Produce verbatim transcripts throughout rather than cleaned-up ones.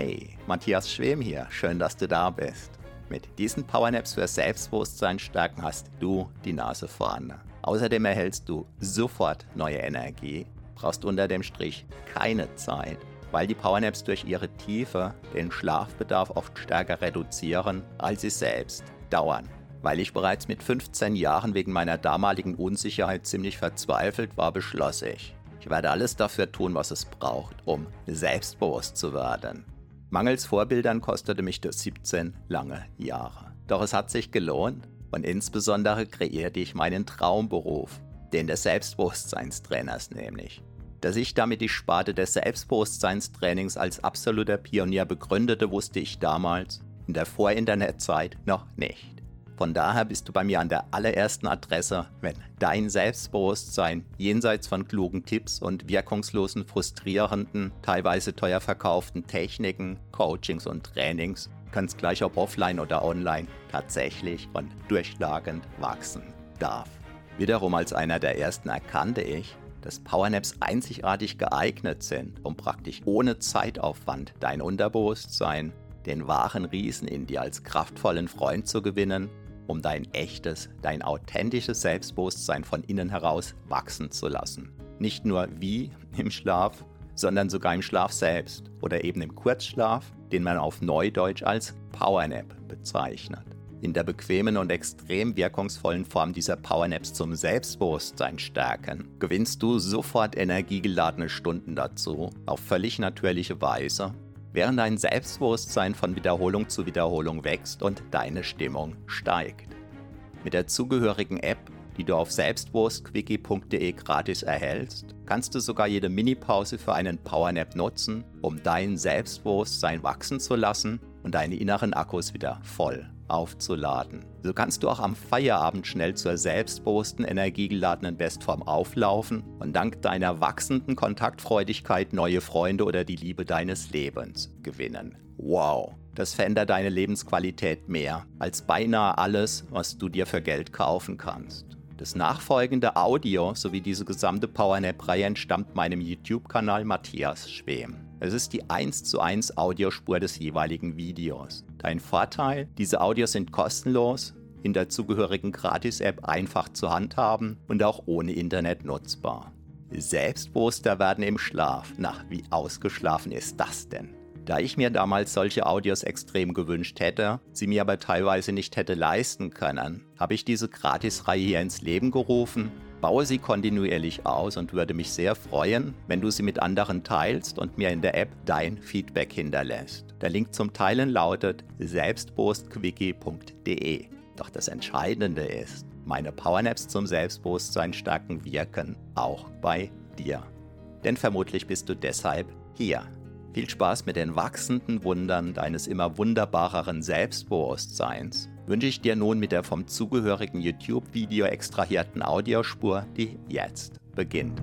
Hey, Matthias Schwem hier, schön, dass du da bist. Mit diesen Powernaps für Selbstbewusstsein stärken hast du die Nase vorne. Außerdem erhältst du sofort neue Energie, brauchst unter dem Strich keine Zeit, weil die Powernaps durch ihre Tiefe den Schlafbedarf oft stärker reduzieren, als sie selbst dauern. Weil ich bereits mit fünfzehn Jahren wegen meiner damaligen Unsicherheit ziemlich verzweifelt war, beschloss ich, ich werde alles dafür tun, was es braucht, um selbstbewusst zu werden. Mangels Vorbildern kostete mich das siebzehn lange Jahre. Doch es hat sich gelohnt und insbesondere kreierte ich meinen Traumberuf, den des Selbstbewusstseinstrainers nämlich. Dass ich damit die Sparte des Selbstbewusstseinstrainings als absoluter Pionier begründete, wusste ich damals in der Vor-Internet-Zeit noch nicht. Von daher bist du bei mir an der allerersten Adresse, wenn dein Selbstbewusstsein jenseits von klugen Tipps und wirkungslosen, frustrierenden, teilweise teuer verkauften Techniken, Coachings und Trainings, ganz gleich ob offline oder online, tatsächlich und durchschlagend wachsen darf. Wiederum als einer der ersten erkannte ich, dass Powernaps einzigartig geeignet sind, um praktisch ohne Zeitaufwand dein Unterbewusstsein, den wahren Riesen in dir als kraftvollen Freund zu gewinnen, um dein echtes, dein authentisches Selbstbewusstsein von innen heraus wachsen zu lassen. Nicht nur wie im Schlaf, sondern sogar im Schlaf selbst oder eben im Kurzschlaf, den man auf Neudeutsch als Powernap bezeichnet. In der bequemen und extrem wirkungsvollen Form dieser Powernaps zum Selbstbewusstsein stärken, gewinnst du sofort energiegeladene Stunden dazu, auf völlig natürliche Weise, während dein Selbstbewusstsein von Wiederholung zu Wiederholung wächst und deine Stimmung steigt. Mit der zugehörigen App, die du auf selbstbewusstquickie punkt de gratis erhältst, kannst du sogar jede Minipause für einen Powernap nutzen, um dein Selbstbewusstsein wachsen zu lassen und deine inneren Akkus wieder voll aufzuladen. So kannst du auch am Feierabend schnell zur selbstbewussten, energiegeladenen Bestform auflaufen und dank deiner wachsenden Kontaktfreudigkeit neue Freunde oder die Liebe deines Lebens gewinnen. Wow, das verändert deine Lebensqualität mehr als beinahe alles, was du dir für Geld kaufen kannst. Das nachfolgende Audio sowie diese gesamte Powernap-Reihe entstammt meinem YouTube-Kanal Matthias Schwem. Es ist die eins zu eins Audiospur des jeweiligen Videos. Dein Vorteil, diese Audios sind kostenlos, in der zugehörigen Gratis-App einfach zu handhaben und auch ohne Internet nutzbar. Selbstbewusster werden im Schlaf. Na, wie ausgeschlafen ist das denn? Da ich mir damals solche Audios extrem gewünscht hätte, sie mir aber teilweise nicht hätte leisten können, habe ich diese Gratisreihe hier ins Leben gerufen, baue sie kontinuierlich aus und würde mich sehr freuen, wenn du sie mit anderen teilst und mir in der App dein Feedback hinterlässt. Der Link zum Teilen lautet selbstbewusstquickie punkt de. Doch das Entscheidende ist, meine Powernaps zum Selbstbewusstsein stärken wirken auch bei dir. Denn vermutlich bist du deshalb hier. Viel Spaß mit den wachsenden Wundern deines immer wunderbareren Selbstbewusstseins wünsche ich dir nun mit der vom zugehörigen YouTube-Video extrahierten Audiospur, die jetzt beginnt.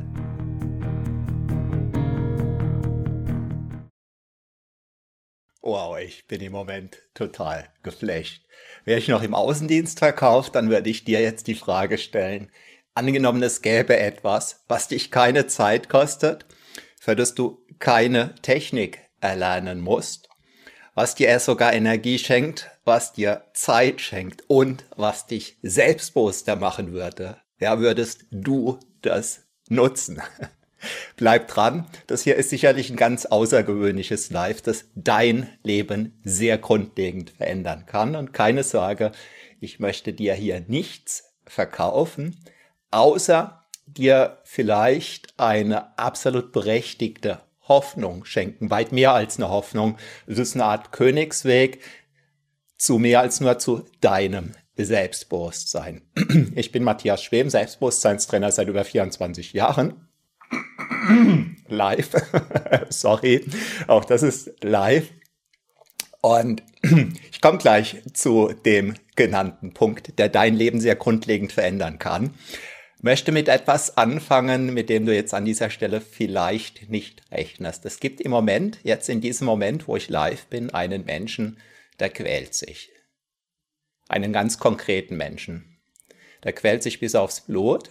Wow, ich bin im Moment total geflasht. Wäre ich noch im Außendienst verkauft, dann würde ich dir jetzt die Frage stellen, angenommen es gäbe etwas, was dich keine Zeit kostet, für das du keine Technik erlernen musst, was dir erst sogar Energie schenkt, was dir Zeit schenkt und was dich selbstbewusster machen würde. Ja, würdest du das nutzen? Bleib dran, das hier ist sicherlich ein ganz außergewöhnliches Live, das dein Leben sehr grundlegend verändern kann. Und keine Sorge, ich möchte dir hier nichts verkaufen, außer dir vielleicht eine absolut berechtigte Hoffnung schenken, weit mehr als eine Hoffnung. Es ist eine Art Königsweg zu mehr als nur zu deinem Selbstbewusstsein. Ich bin Matthias Schwem, Selbstbewusstseinstrainer seit über vierundzwanzig Jahren. Live. Sorry, auch das ist live. Und ich komme gleich zu dem genannten Punkt, der dein Leben sehr grundlegend verändern kann. Möchte mit etwas anfangen, mit dem du jetzt an dieser Stelle vielleicht nicht rechnest. Es gibt im Moment, jetzt in diesem Moment, wo ich live bin, einen Menschen, der quält sich. Einen ganz konkreten Menschen. Der quält sich bis aufs Blut.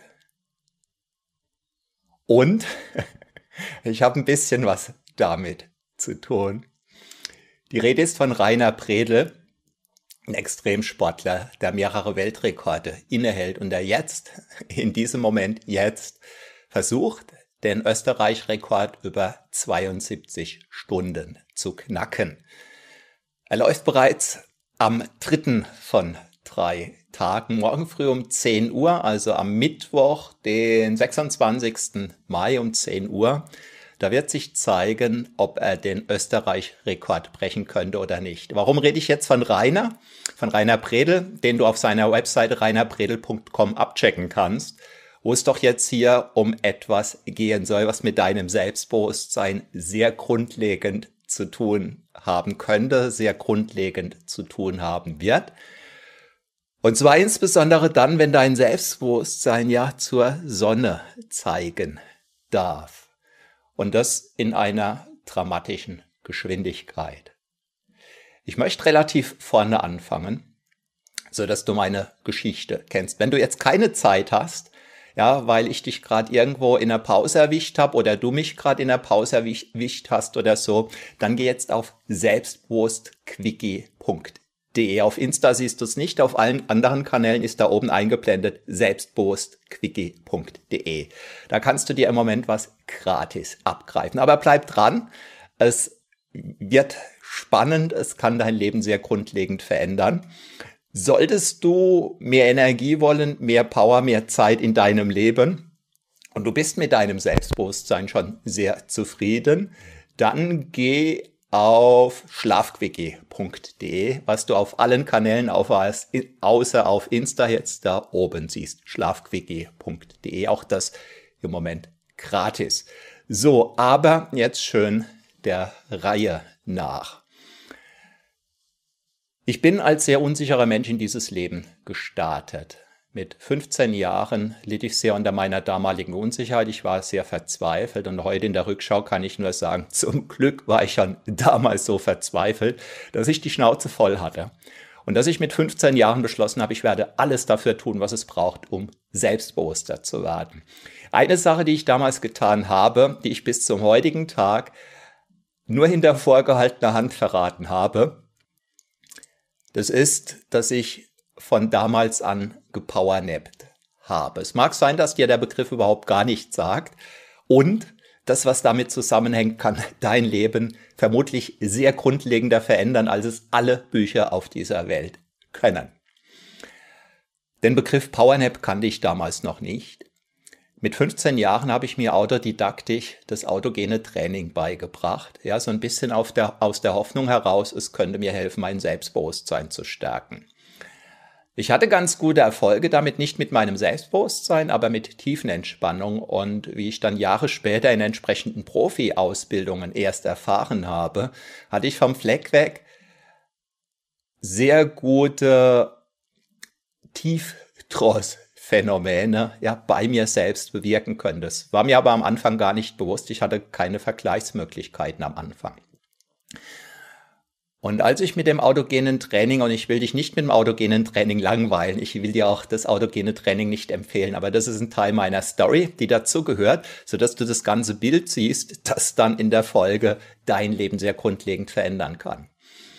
Und ich habe ein bisschen was damit zu tun. Die Rede ist von Rainer Bredl, ein Extremsportler, der mehrere Weltrekorde innehält und der jetzt, in diesem Moment jetzt, versucht, den Österreich-Rekord über zweiundsiebzig Stunden zu knacken. Er läuft bereits am dritten von drei Tagen, morgen früh um zehn Uhr, also am Mittwoch, den sechsundzwanzigsten Mai um zehn Uhr. Da wird sich zeigen, ob er den Österreich-Rekord brechen könnte oder nicht. Warum rede ich jetzt von Rainer? Von Rainer Bredl, den du auf seiner Webseite rainer bredl punkt com abchecken kannst, wo es doch jetzt hier um etwas gehen soll, was mit deinem Selbstbewusstsein sehr grundlegend zu tun haben könnte, sehr grundlegend zu tun haben wird. Und zwar insbesondere dann, wenn dein Selbstbewusstsein ja zur Sonne zeigen darf. Und das in einer dramatischen Geschwindigkeit. Ich möchte relativ vorne anfangen, so dass du meine Geschichte kennst. Wenn du jetzt keine Zeit hast, ja, weil ich dich gerade irgendwo in der Pause erwischt habe oder du mich gerade in der Pause erwischt hast oder so, dann geh jetzt auf selbstbewusstquickie punkt de. Auf Insta siehst du es nicht, auf allen anderen Kanälen ist da oben eingeblendet selbstbewusstquickie punkt de. Da kannst du dir im Moment was gratis abgreifen. Aber bleib dran, es wird spannend, es kann dein Leben sehr grundlegend verändern. Solltest du mehr Energie wollen, mehr Power, mehr Zeit in deinem Leben und du bist mit deinem Selbstbewusstsein schon sehr zufrieden, dann geh auf schlafquickie punkt de, was du auf allen Kanälen aufweist, außer auf Insta jetzt da oben siehst, schlafquickie punkt de, auch das im Moment gratis. So, aber jetzt schön der Reihe nach. Ich bin als sehr unsicherer Mensch in dieses Leben gestartet. Mit fünfzehn Jahren litt ich sehr unter meiner damaligen Unsicherheit. Ich war sehr verzweifelt und heute in der Rückschau kann ich nur sagen, zum Glück war ich schon damals so verzweifelt, dass ich die Schnauze voll hatte. Und dass ich mit fünfzehn Jahren beschlossen habe, ich werde alles dafür tun, was es braucht, um selbstbewusster zu werden. Eine Sache, die ich damals getan habe, die ich bis zum heutigen Tag nur hinter vorgehaltener Hand verraten habe, das ist, dass ich von damals an gepowernappt habe. Es mag sein, dass dir der Begriff überhaupt gar nichts sagt und das, was damit zusammenhängt, kann dein Leben vermutlich sehr grundlegender verändern, als es alle Bücher auf dieser Welt können. Den Begriff Powernap kannte ich damals noch nicht. Mit fünfzehn Jahren habe ich mir autodidaktisch das autogene Training beigebracht. Ja, so ein bisschen auf der, aus der Hoffnung heraus, es könnte mir helfen, mein Selbstbewusstsein zu stärken. Ich hatte ganz gute Erfolge damit, nicht mit meinem Selbstbewusstsein, aber mit Tiefenentspannung. Und wie ich dann Jahre später in entsprechenden Profi-Ausbildungen erst erfahren habe, hatte ich vom Fleck weg sehr gute Tiefdross-Phänomene ja, bei mir selbst bewirken können. Das war mir aber am Anfang gar nicht bewusst. Ich hatte keine Vergleichsmöglichkeiten am Anfang. Und als ich mit dem autogenen Training, und ich will dich nicht mit dem autogenen Training langweilen, ich will dir auch das autogene Training nicht empfehlen, aber das ist ein Teil meiner Story, die dazu gehört, sodass du das ganze Bild siehst, das dann in der Folge dein Leben sehr grundlegend verändern kann.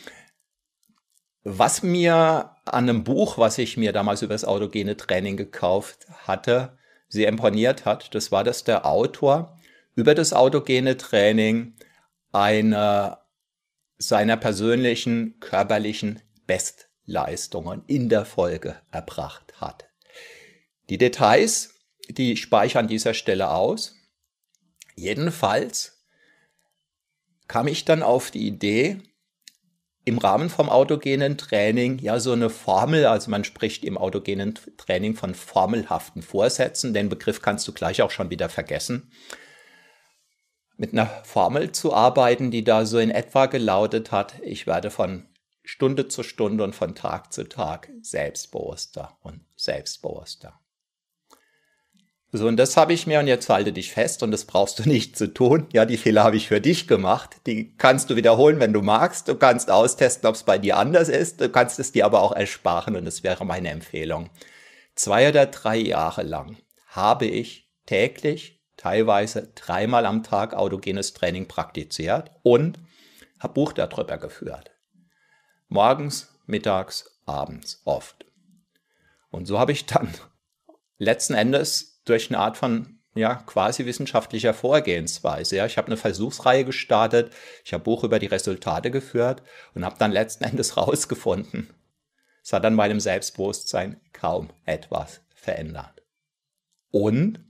Was mir an einem Buch, was ich mir damals über das autogene Training gekauft hatte, sehr imponiert hat, das war, dass der Autor über das autogene Training eine seiner persönlichen körperlichen Bestleistungen in der Folge erbracht hat. Die Details, die speichern an dieser Stelle aus. Jedenfalls kam ich dann auf die Idee, im Rahmen vom autogenen Training ja so eine Formel, also man spricht im autogenen Training von formelhaften Vorsätzen, den Begriff kannst du gleich auch schon wieder vergessen, mit einer Formel zu arbeiten, die da so in etwa gelautet hat, ich werde von Stunde zu Stunde und von Tag zu Tag selbstbewusster und selbstbewusster. So, und das habe ich mir, und jetzt halte dich fest, und das brauchst du nicht zu tun. Ja, die Fehler habe ich für dich gemacht. Die kannst du wiederholen, wenn du magst. Du kannst austesten, ob es bei dir anders ist. Du kannst es dir aber auch ersparen, und das wäre meine Empfehlung. Zwei oder drei Jahre lang habe ich täglich, teilweise dreimal am Tag autogenes Training praktiziert und habe Buch darüber geführt. Morgens, mittags, abends oft. Und so habe ich dann letzten Endes durch eine Art von ja, quasi wissenschaftlicher Vorgehensweise. Ja, ich habe eine Versuchsreihe gestartet, ich habe Buch über die Resultate geführt und habe dann letzten Endes rausgefunden, es hat an meinem Selbstbewusstsein kaum etwas verändert. Und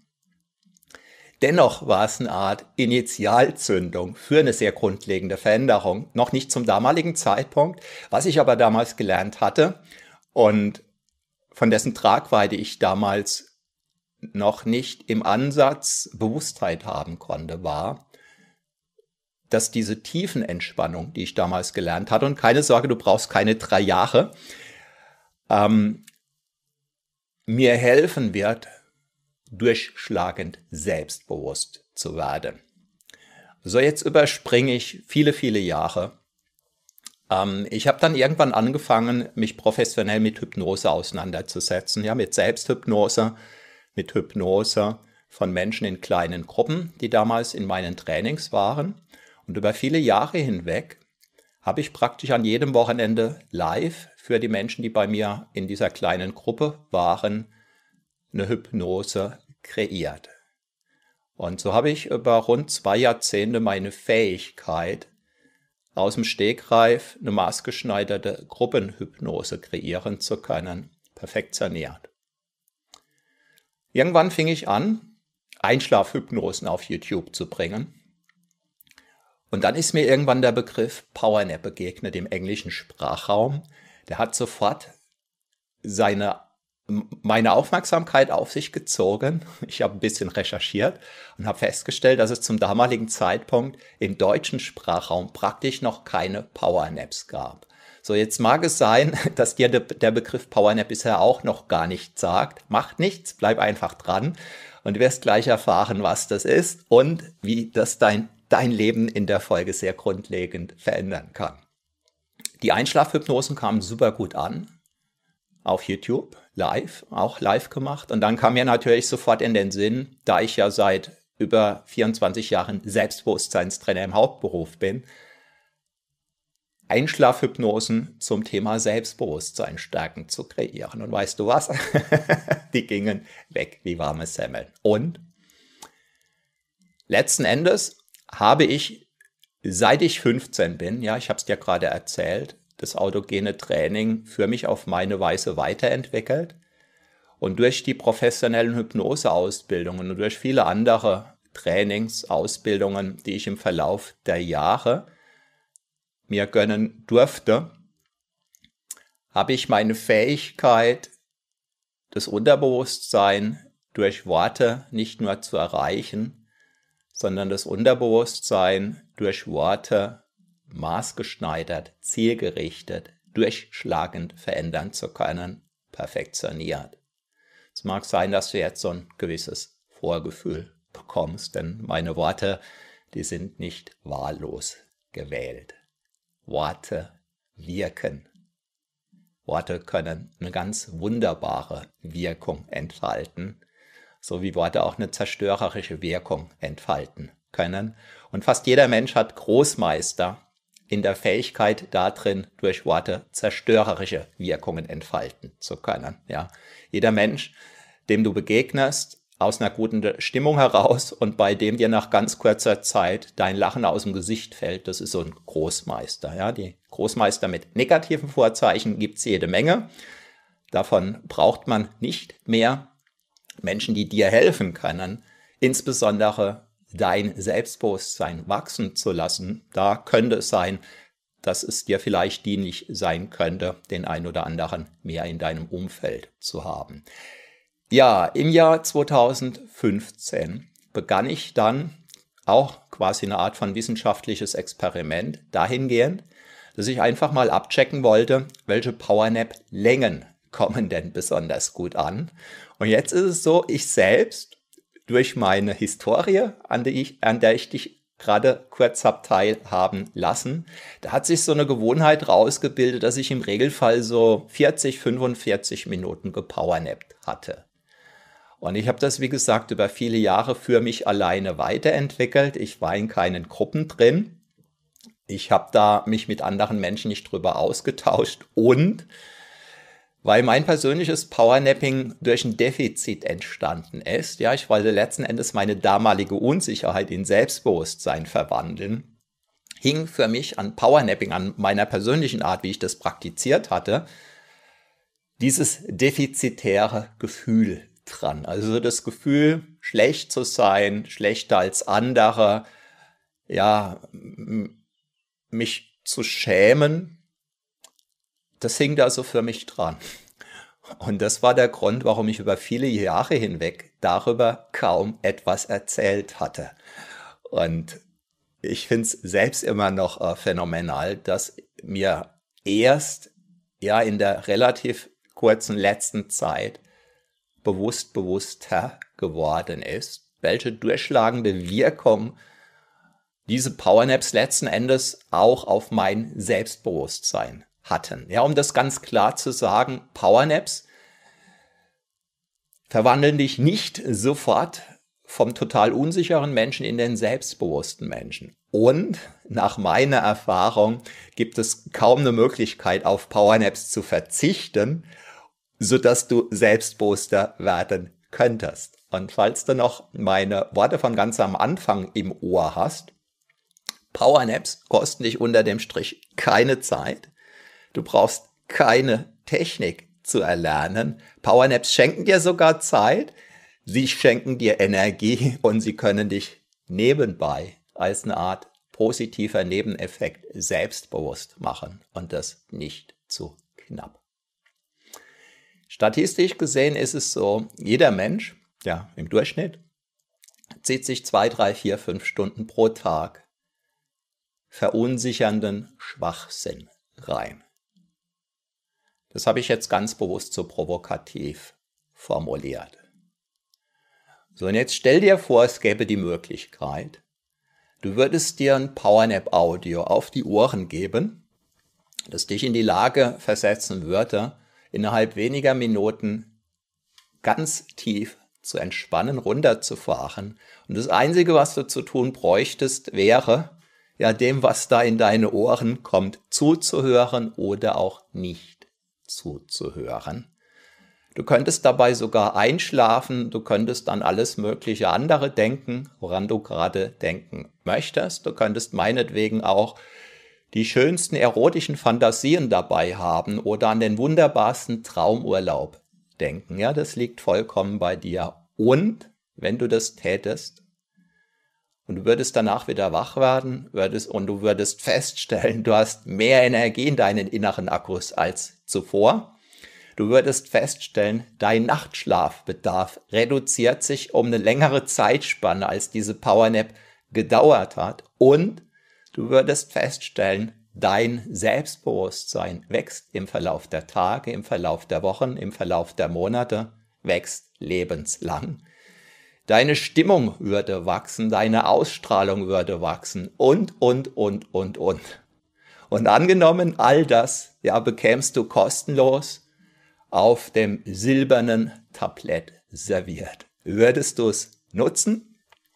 dennoch war es eine Art Initialzündung für eine sehr grundlegende Veränderung. Noch nicht zum damaligen Zeitpunkt, was ich aber damals gelernt hatte und von dessen Tragweite ich damals noch nicht im Ansatz Bewusstheit haben konnte, war, dass diese Tiefenentspannung, die ich damals gelernt hatte, und keine Sorge, du brauchst keine drei Jahre, ähm, mir helfen wird, durchschlagend selbstbewusst zu werden. So, jetzt überspringe ich viele, viele Jahre. Ähm, ich habe dann irgendwann angefangen, mich professionell mit Hypnose auseinanderzusetzen, ja, mit Selbsthypnose, mit Hypnose von Menschen in kleinen Gruppen, die damals in meinen Trainings waren. Und über viele Jahre hinweg habe ich praktisch an jedem Wochenende live für die Menschen, die bei mir in dieser kleinen Gruppe waren, eine Hypnose kreiert. Und so habe ich über rund zwei Jahrzehnte meine Fähigkeit, aus dem Stegreif eine maßgeschneiderte Gruppenhypnose kreieren zu können, perfektioniert. Irgendwann fing ich an, Einschlafhypnosen auf YouTube zu bringen. Und dann ist mir irgendwann der Begriff Powernap begegnet im englischen Sprachraum. Der hat sofort seine, meine Aufmerksamkeit auf sich gezogen. Ich habe ein bisschen recherchiert und habe festgestellt, dass es zum damaligen Zeitpunkt im deutschen Sprachraum praktisch noch keine Powernaps gab. So, jetzt mag es sein, dass dir der Begriff Powernap bisher auch noch gar nichts sagt. Macht nichts, bleib einfach dran und du wirst gleich erfahren, was das ist und wie das dein, dein Leben in der Folge sehr grundlegend verändern kann. Die Einschlafhypnosen kamen super gut an, auf YouTube, live, auch live gemacht. Und dann kam mir natürlich sofort in den Sinn, da ich ja seit über vierundzwanzig Jahren Selbstbewusstseinstrainer im Hauptberuf bin, Einschlafhypnosen zum Thema Selbstbewusstsein stärken zu kreieren. Und weißt du was? Die gingen weg wie warme Semmeln. Und letzten Endes habe ich, seit ich fünfzehn bin, ja, ich habe es dir gerade erzählt, das autogene Training für mich auf meine Weise weiterentwickelt. Und durch die professionellen Hypnoseausbildungen und durch viele andere Trainingsausbildungen, die ich im Verlauf der Jahre mir gönnen durfte, habe ich meine Fähigkeit, das Unterbewusstsein durch Worte nicht nur zu erreichen, sondern das Unterbewusstsein durch Worte maßgeschneidert, zielgerichtet, durchschlagend verändern zu können, perfektioniert. Es mag sein, dass du jetzt so ein gewisses Vorgefühl bekommst, denn meine Worte, die sind nicht wahllos gewählt. Worte wirken. Worte können eine ganz wunderbare Wirkung entfalten, so wie Worte auch eine zerstörerische Wirkung entfalten können. Und fast jeder Mensch hat Großmeister in der Fähigkeit darin, durch Worte zerstörerische Wirkungen entfalten zu können. Ja. Jeder Mensch, dem du begegnest, aus einer guten Stimmung heraus und bei dem dir nach ganz kurzer Zeit dein Lachen aus dem Gesicht fällt, das ist so ein Großmeister. Ja, die Großmeister mit negativen Vorzeichen gibt es jede Menge. Davon braucht man nicht mehr. Menschen, die dir helfen können, insbesondere dein Selbstbewusstsein wachsen zu lassen. Da könnte es sein, dass es dir vielleicht dienlich sein könnte, den ein oder anderen mehr in deinem Umfeld zu haben. Ja, im Jahr zweitausendfünfzehn begann ich dann auch quasi eine Art von wissenschaftliches Experiment dahingehend, dass ich einfach mal abchecken wollte, welche Powernap-Längen kommen denn besonders gut an. Und jetzt ist es so, ich selbst durch meine Historie, an der ich, an der ich dich gerade kurz habe teilhaben lassen, da hat sich so eine Gewohnheit rausgebildet, dass ich im Regelfall so vierzig, fünfundvierzig Minuten gepowernappt hatte. Und ich habe das, wie gesagt, über viele Jahre für mich alleine weiterentwickelt. Ich war in keinen Gruppen drin. Ich habe da mich mit anderen Menschen nicht drüber ausgetauscht und weil mein persönliches Powernapping durch ein Defizit entstanden ist. Ja, ich wollte letzten Endes meine damalige Unsicherheit in Selbstbewusstsein verwandeln. Hing für mich an Powernapping, an meiner persönlichen Art, wie ich das praktiziert hatte, dieses defizitäre Gefühl dran. Also das Gefühl, schlecht zu sein, schlechter als andere, ja, mich zu schämen. Das hing da so für mich dran. Und das war der Grund, warum ich über viele Jahre hinweg darüber kaum etwas erzählt hatte. Und ich finde es selbst immer noch äh, phänomenal, dass mir erst ja in der relativ kurzen letzten Zeit bewusst bewusster geworden ist, welche durchschlagende Wirkung diese Powernaps letzten Endes auch auf mein Selbstbewusstsein hatten. Ja, um das ganz klar zu sagen, Powernaps verwandeln dich nicht sofort vom total unsicheren Menschen in den selbstbewussten Menschen. Und nach meiner Erfahrung gibt es kaum eine Möglichkeit, auf Powernaps zu verzichten, sodass du selbstbewusster werden könntest. Und falls du noch meine Worte von ganz am Anfang im Ohr hast, Powernaps kosten dich unter dem Strich keine Zeit. Du brauchst keine Technik zu erlernen. Powernaps schenken dir sogar Zeit. Sie schenken dir Energie und sie können dich nebenbei als eine Art positiver Nebeneffekt selbstbewusst machen und das nicht zu knapp. Statistisch gesehen ist es so, jeder Mensch, ja im Durchschnitt, zieht sich zwei, drei, vier, fünf Stunden pro Tag verunsichernden Schwachsinn rein. Das habe ich jetzt ganz bewusst so provokativ formuliert. So, und jetzt stell dir vor, es gäbe die Möglichkeit, du würdest dir ein Powernap-Audio auf die Ohren geben, das dich in die Lage versetzen würde, innerhalb weniger Minuten ganz tief zu entspannen, runterzufahren. Und das Einzige, was du zu tun bräuchtest, wäre, ja, dem, was da in deine Ohren kommt, zuzuhören oder auch nicht zuzuhören. Du könntest dabei sogar einschlafen, du könntest an alles mögliche andere denken, woran du gerade denken möchtest. Du könntest meinetwegen auch die schönsten erotischen Fantasien dabei haben oder an den wunderbarsten Traumurlaub denken. Ja, das liegt vollkommen bei dir. Und wenn du das tätest und du würdest danach wieder wach werden würdest, und du würdest feststellen, du hast mehr Energie in deinen inneren Akkus als zuvor. Du würdest feststellen, dein Nachtschlafbedarf reduziert sich um eine längere Zeitspanne, als diese Powernap gedauert hat. Und du würdest feststellen, dein Selbstbewusstsein wächst im Verlauf der Tage, im Verlauf der Wochen, im Verlauf der Monate, wächst lebenslang. Deine Stimmung würde wachsen, deine Ausstrahlung würde wachsen und, und, und, und, und. Und angenommen, all das, ja, bekämst du kostenlos auf dem silbernen Tablett serviert. Würdest du es nutzen?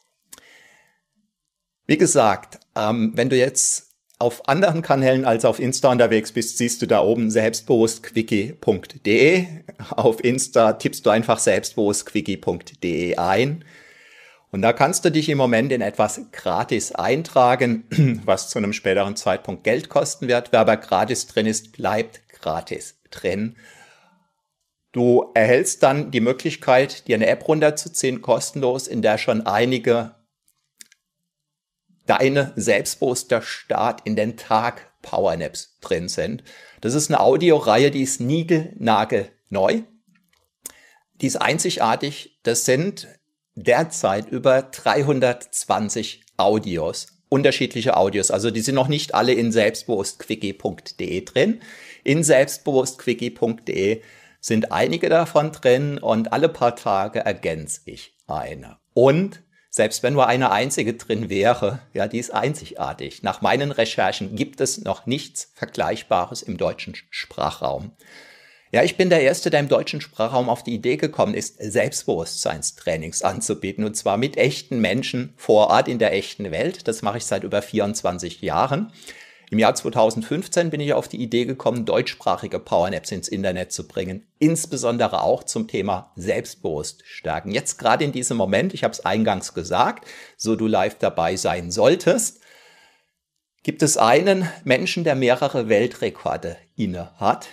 Wie gesagt, ähm, wenn du jetzt auf anderen Kanälen als auf Insta unterwegs bist, siehst du da oben selbstbewusstquickie punkt de. Auf Insta tippst du einfach selbstbewusstquickie punkt de ein. Und da kannst du dich im Moment in etwas gratis eintragen, was zu einem späteren Zeitpunkt Geld kosten wird. Wer aber gratis drin ist, bleibt gratis drin. Du erhältst dann die Möglichkeit, dir eine App runterzuziehen, kostenlos, in der schon einige deine selbstbewusster Start in den Tag Powernaps drin sind. Das ist eine Audioreihe, die ist niegelnagelneu. Die ist einzigartig. Das sind derzeit über dreihundertzwanzig Audios, unterschiedliche Audios. Also die sind noch nicht alle in selbstbewusstquickie punkt de drin. In selbstbewusstquickie punkt de sind einige davon drin und alle paar Tage ergänze ich eine. Und selbst wenn nur eine einzige drin wäre, ja, die ist einzigartig. Nach meinen Recherchen gibt es noch nichts Vergleichbares im deutschen Sprachraum. Ja, ich bin der Erste, der im deutschen Sprachraum auf die Idee gekommen ist, Selbstbewusstseinstrainings anzubieten. Und zwar mit echten Menschen vor Ort in der echten Welt. Das mache ich seit über vierundzwanzig Jahren. Im Jahr zweitausendfünfzehn bin ich auf die Idee gekommen, deutschsprachige Powernaps ins Internet zu bringen, insbesondere auch zum Thema Selbstbewusststärken. Jetzt gerade in diesem Moment, ich habe es eingangs gesagt, so du live dabei sein solltest, gibt es einen Menschen, der mehrere Weltrekorde inne hat,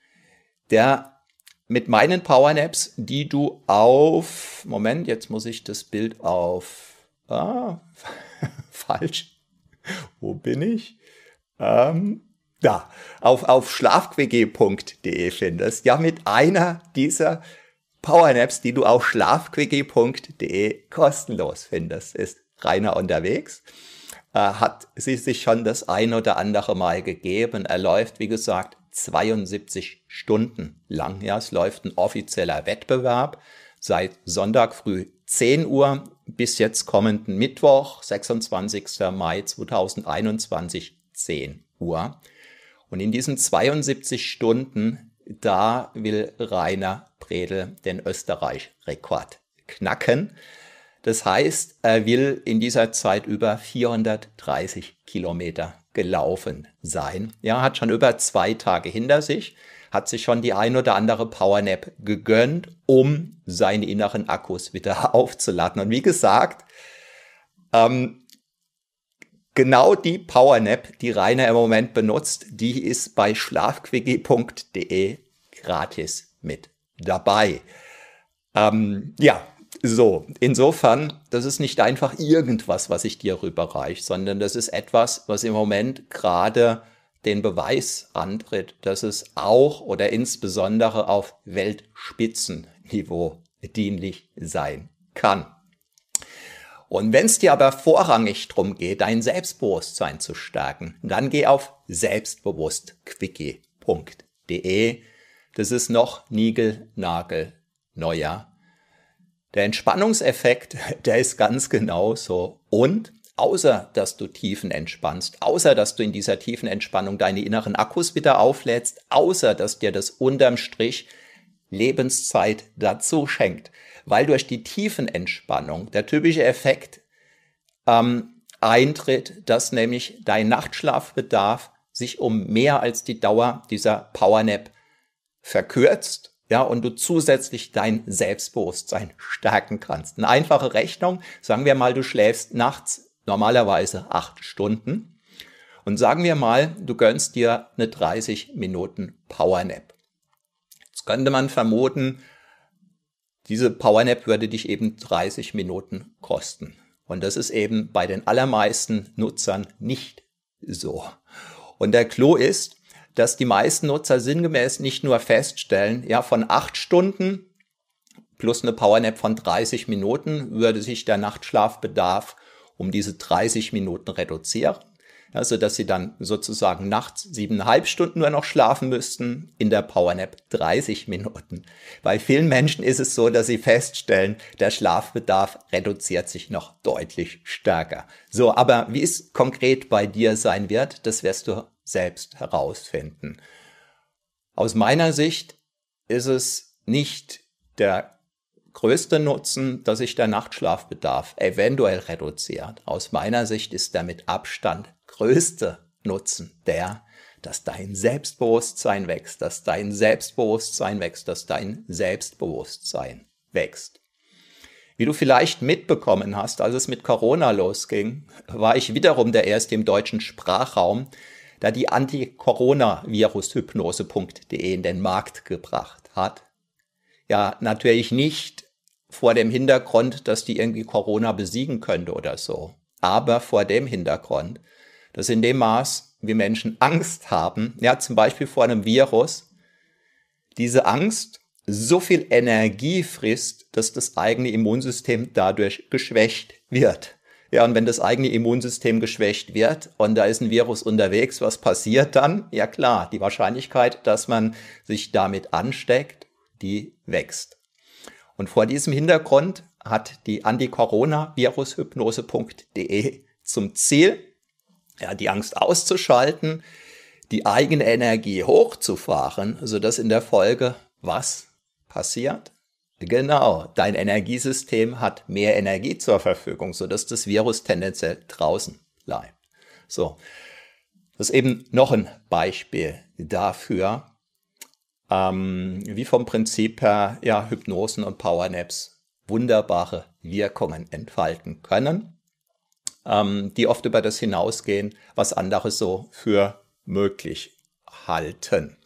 der mit meinen Powernaps, die du auf, Moment, jetzt muss ich das Bild auf, ah, falsch, wo bin ich? Ähm, da, auf, auf schlafqg punkt de findest, ja, mit einer dieser Powernaps, die du auf schlafqg punkt de kostenlos findest, ist Rainer unterwegs. Hat sie sich schon das ein oder andere Mal gegeben. Er läuft, wie gesagt, zweiundsiebzig Stunden lang. Ja, es läuft ein offizieller Wettbewerb seit Sonntag früh zehn Uhr bis jetzt kommenden Mittwoch, sechsundzwanzigsten Mai zweitausendeinundzwanzig, zehn Uhr. Und in diesen zweiundsiebzig Stunden, da will Rainer Bredl den Österreich-Rekord knacken. Das heißt, er will in dieser Zeit über vierhundertdreißig Kilometer gelaufen sein. Ja, hat schon über zwei Tage hinter sich, hat sich schon die ein oder andere Powernap gegönnt, um seine inneren Akkus wieder aufzuladen. Und wie gesagt, ähm, genau die Powernap, die Rainer im Moment benutzt, die ist bei schlafqg punkt de gratis mit dabei. Ähm, ja, So, insofern, das ist nicht einfach irgendwas, was ich dir rüberreiche, sondern das ist etwas, was im Moment gerade den Beweis antritt, dass es auch oder insbesondere auf Weltspitzenniveau dienlich sein kann. Und wenn es dir aber vorrangig darum geht, dein Selbstbewusstsein zu stärken, dann geh auf selbstbewusstquickie punkt de. Das ist noch niegelnagelneuer. Der Entspannungseffekt, der ist ganz genauso. Und außer dass du tiefen entspannst, außer dass du in dieser tiefen Entspannung deine inneren Akkus wieder auflädst, außer dass dir das unterm Strich Lebenszeit dazu schenkt, weil durch die tiefen Entspannung der typische Effekt ähm, eintritt, dass nämlich dein Nachtschlafbedarf sich um mehr als die Dauer dieser Powernap verkürzt. Ja, und du zusätzlich dein Selbstbewusstsein stärken kannst. Eine einfache Rechnung, sagen wir mal, du schläfst nachts normalerweise acht Stunden und sagen wir mal, du gönnst dir eine dreißig Minuten Powernap. Jetzt könnte man vermuten, diese Powernap würde dich eben dreißig Minuten kosten. Und das ist eben bei den allermeisten Nutzern nicht so. Und der Clou ist, dass die meisten Nutzer sinngemäß nicht nur feststellen, ja, von acht Stunden plus eine Powernap von dreißig Minuten würde sich der Nachtschlafbedarf um diese dreißig Minuten reduzieren. Also, dass sie dann sozusagen nachts siebeneinhalb Stunden nur noch schlafen müssten, in der Powernap dreißig Minuten. Bei vielen Menschen ist es so, dass sie feststellen, der Schlafbedarf reduziert sich noch deutlich stärker. So, aber wie es konkret bei dir sein wird, das wirst du selbst herausfinden. Aus meiner Sicht ist es nicht der größte Nutzen, dass sich der Nachtschlafbedarf eventuell reduziert. Aus meiner Sicht ist der mit Abstand größte Nutzen der, dass dein Selbstbewusstsein wächst, dass dein Selbstbewusstsein wächst, dass dein Selbstbewusstsein wächst. Wie du vielleicht mitbekommen hast, als es mit Corona losging, war ich wiederum der Erste im deutschen Sprachraum, der die Anti-Corona-Virus-Hypnose punkt de in den Markt gebracht hat. Ja, natürlich nicht vor dem Hintergrund, dass die irgendwie Corona besiegen könnte oder so, aber vor dem Hintergrund, dass in dem Maß, wie Menschen Angst haben, ja, zum Beispiel vor einem Virus, diese Angst so viel Energie frisst, dass das eigene Immunsystem dadurch geschwächt wird. Ja, und wenn das eigene Immunsystem geschwächt wird und da ist ein Virus unterwegs, was passiert dann? Ja klar, die Wahrscheinlichkeit, dass man sich damit ansteckt, die wächst. Und vor diesem Hintergrund hat die Anti-Corona-Virus-Hypnose punkt de zum Ziel, ja, die Angst auszuschalten, die eigene Energie hochzufahren, sodass in der Folge was passiert? Genau, dein Energiesystem hat mehr Energie zur Verfügung, sodass das Virus tendenziell draußen bleibt. So, Das ist eben noch ein Beispiel dafür, ähm, wie vom Prinzip her ja, Hypnosen und Powernaps wunderbare Wirkungen entfalten können, ähm, die oft über das hinausgehen, was andere so für möglich halten.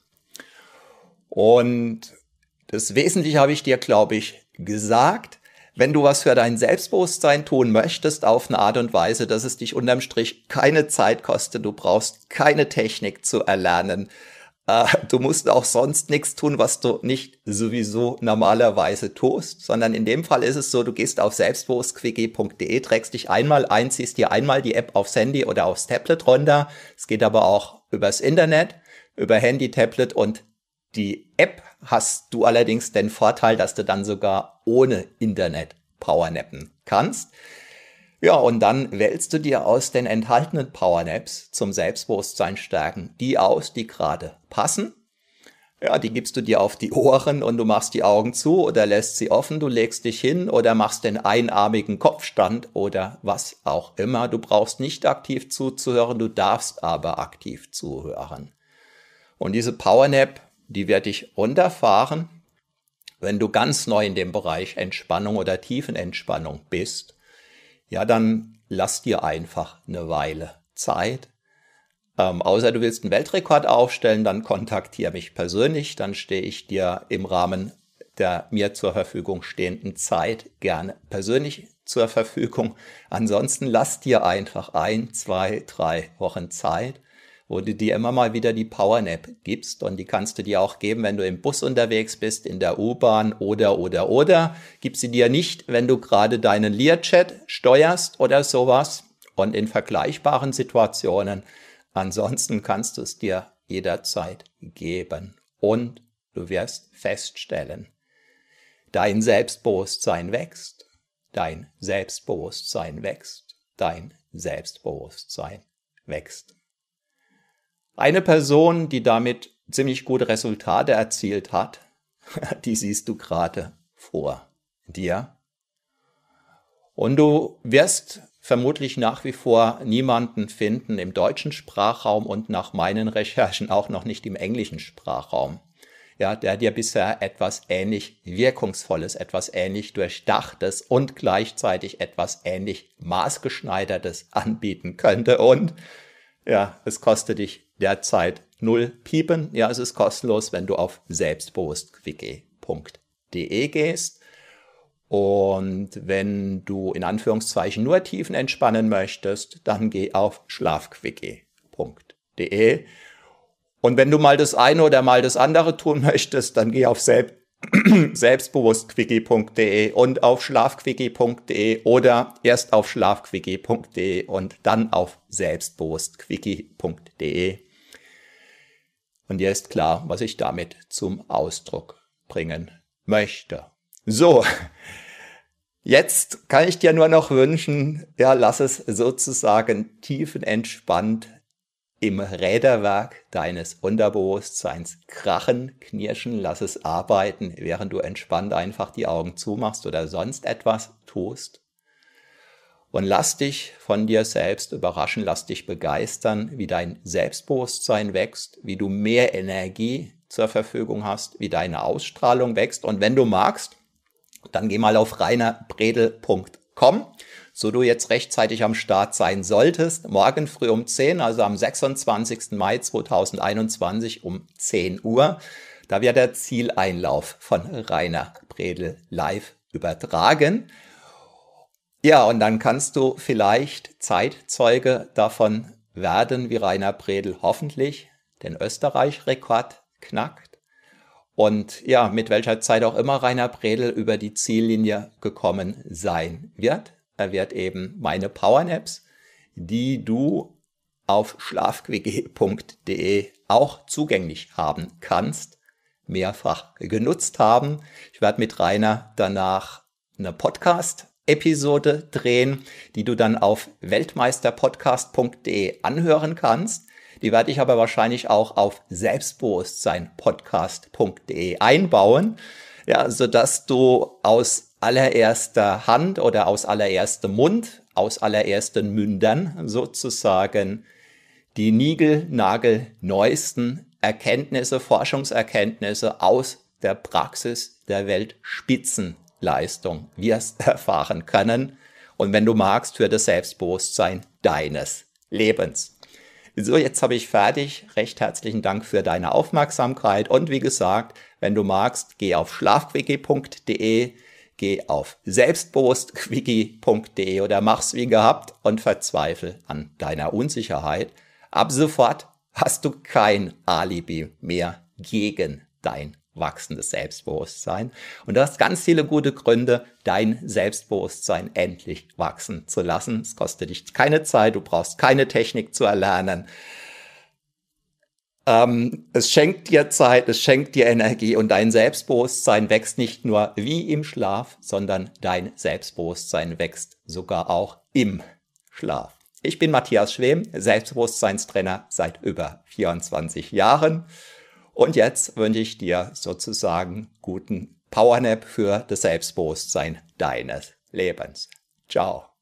Und das Wesentliche habe ich dir, glaube ich, gesagt. Wenn du was für dein Selbstbewusstsein tun möchtest, auf eine Art und Weise, dass es dich unterm Strich keine Zeit kostet, du brauchst keine Technik zu erlernen, äh, du musst auch sonst nichts tun, was du nicht sowieso normalerweise tust, sondern in dem Fall ist es so, du gehst auf selbstbewusstquickie punkt de, trägst dich einmal ein, ziehst dir einmal die App aufs Handy oder aufs Tablet runter. Es geht aber auch übers Internet, über Handy, Tablet und die App hast du allerdings den Vorteil, dass du dann sogar ohne Internet powernappen kannst. Ja, und dann wählst du dir aus den enthaltenen Powernaps zum Selbstbewusstsein stärken die aus, die gerade passen. Ja, die gibst du dir auf die Ohren und du machst die Augen zu oder lässt sie offen, du legst dich hin oder machst den einarmigen Kopfstand oder was auch immer. Du brauchst nicht aktiv zuzuhören, du darfst aber aktiv zuhören. Und diese Powernap, die werde ich runterfahren, wenn du ganz neu in dem Bereich Entspannung oder Tiefenentspannung bist. Ja, dann lass dir einfach eine Weile Zeit. Ähm, außer du willst einen Weltrekord aufstellen, dann kontaktiere mich persönlich. Dann stehe ich dir im Rahmen der mir zur Verfügung stehenden Zeit gerne persönlich zur Verfügung. Ansonsten lass dir einfach ein, zwei, drei Wochen Zeit, wo du dir immer mal wieder die Powernap gibst, und die kannst du dir auch geben, wenn du im Bus unterwegs bist, in der U-Bahn oder, oder, oder. Gib sie dir nicht, wenn du gerade deinen Learjet steuerst oder sowas, und in vergleichbaren Situationen. Ansonsten kannst du es dir jederzeit geben, und du wirst feststellen, dein Selbstbewusstsein wächst, dein Selbstbewusstsein wächst, dein Selbstbewusstsein wächst. Eine Person, die damit ziemlich gute Resultate erzielt hat, die siehst du gerade vor dir. Und du wirst vermutlich nach wie vor niemanden finden im deutschen Sprachraum und nach meinen Recherchen auch noch nicht im englischen Sprachraum, ja, der dir bisher etwas ähnlich Wirkungsvolles, etwas ähnlich Durchdachtes und gleichzeitig etwas ähnlich Maßgeschneidertes anbieten könnte. Und ja, es kostet dich derzeit null Piepen. Ja, es ist kostenlos, wenn du auf selbstbewusstquickie punkt de gehst. Und wenn du in Anführungszeichen nur Tiefen entspannen möchtest, dann geh auf schlafquickie punkt de. Und wenn du mal das eine oder mal das andere tun möchtest, dann geh auf selbst selbstbewusstquickie punkt de und auf schlafquickie punkt de oder erst auf schlafquickie punkt de und dann auf selbstbewusstquickie punkt de. Und dir ist klar, was ich damit zum Ausdruck bringen möchte. So, jetzt kann ich dir nur noch wünschen, ja, lass es sozusagen tiefenentspannt im Räderwerk deines Unterbewusstseins krachen, knirschen, lass es arbeiten, während du entspannt einfach die Augen zumachst oder sonst etwas tust. Und lass dich von dir selbst überraschen, lass dich begeistern, wie dein Selbstbewusstsein wächst, wie du mehr Energie zur Verfügung hast, wie deine Ausstrahlung wächst. Und wenn du magst, dann geh mal auf rainer bredel punkt com, so du jetzt rechtzeitig am Start sein solltest. Morgen früh um zehn, also am sechsundzwanzigsten Mai zweitausendeinundzwanzig um zehn Uhr, da wird der Zieleinlauf von Rainer Bredel live übertragen. Ja, und dann kannst du vielleicht Zeitzeuge davon werden, wie Rainer Bredel hoffentlich den Österreich-Rekord knackt. Und ja, mit welcher Zeit auch immer Rainer Bredel über die Ziellinie gekommen sein wird. Er wird eben meine Powernaps, die du auf schlafquickie punkt de auch zugänglich haben kannst, mehrfach genutzt haben. Ich werde mit Rainer danach eine Podcast-Episode drehen, die du dann auf weltmeisterpodcast punkt de anhören kannst. Die werde ich aber wahrscheinlich auch auf selbstbewusstseinpodcast punkt de einbauen, ja, sodass du aus allererster Hand oder aus allererstem Mund, aus allerersten Mündern sozusagen die niegelnagelneuesten Erkenntnisse, Forschungserkenntnisse aus der Praxis der Weltspitzenleistung wirst erfahren können. Und wenn du magst, für das Selbstbewusstsein deines Lebens. So, jetzt habe ich fertig. Recht herzlichen Dank für deine Aufmerksamkeit. Und wie gesagt, wenn du magst, geh auf schlafquickie punkt de, geh auf selbstbewusstquickie punkt de oder mach's wie gehabt und verzweifle an deiner Unsicherheit. Ab sofort hast du kein Alibi mehr gegen dein wachsendes Selbstbewusstsein. Und du hast ganz viele gute Gründe, dein Selbstbewusstsein endlich wachsen zu lassen. Es kostet dich keine Zeit, du brauchst keine Technik zu erlernen. Ähm, es schenkt dir Zeit, es schenkt dir Energie und dein Selbstbewusstsein wächst nicht nur wie im Schlaf, sondern dein Selbstbewusstsein wächst sogar auch im Schlaf. Ich bin Matthias Schwem, Selbstbewusstseinstrainer seit über vierundzwanzig Jahren. Und jetzt wünsche ich dir sozusagen guten Powernap für das Selbstbewusstsein deines Lebens. Ciao.